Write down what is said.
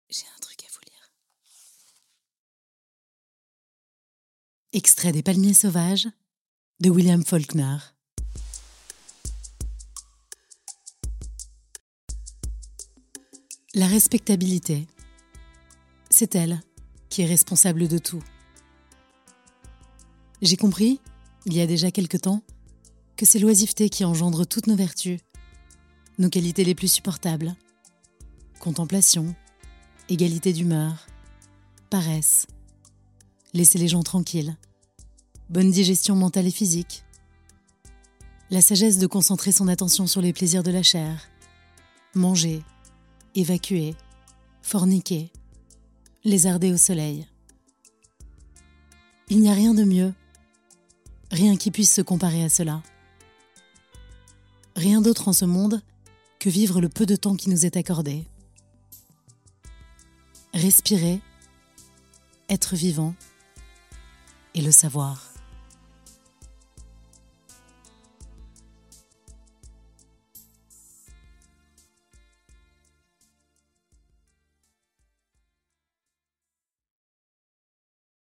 J'ai un truc à vous lire. Extrait des Palmiers sauvages de William Faulkner. La respectabilité, c'est elle qui est responsable de tout. J'ai compris, il y a déjà quelque temps, que c'est l'oisiveté qui engendre toutes nos vertus, nos qualités les plus supportables. Contemplation, égalité d'humeur, paresse, laisser les gens tranquilles, bonne digestion mentale et physique, la sagesse de concentrer son attention sur les plaisirs de la chair, manger, évacuer, forniquer, lézarder au soleil. Il n'y a rien de mieux, rien qui puisse se comparer à cela. Rien d'autre en ce monde que vivre le peu de temps qui nous est accordé. Respirer, être vivant et le savoir.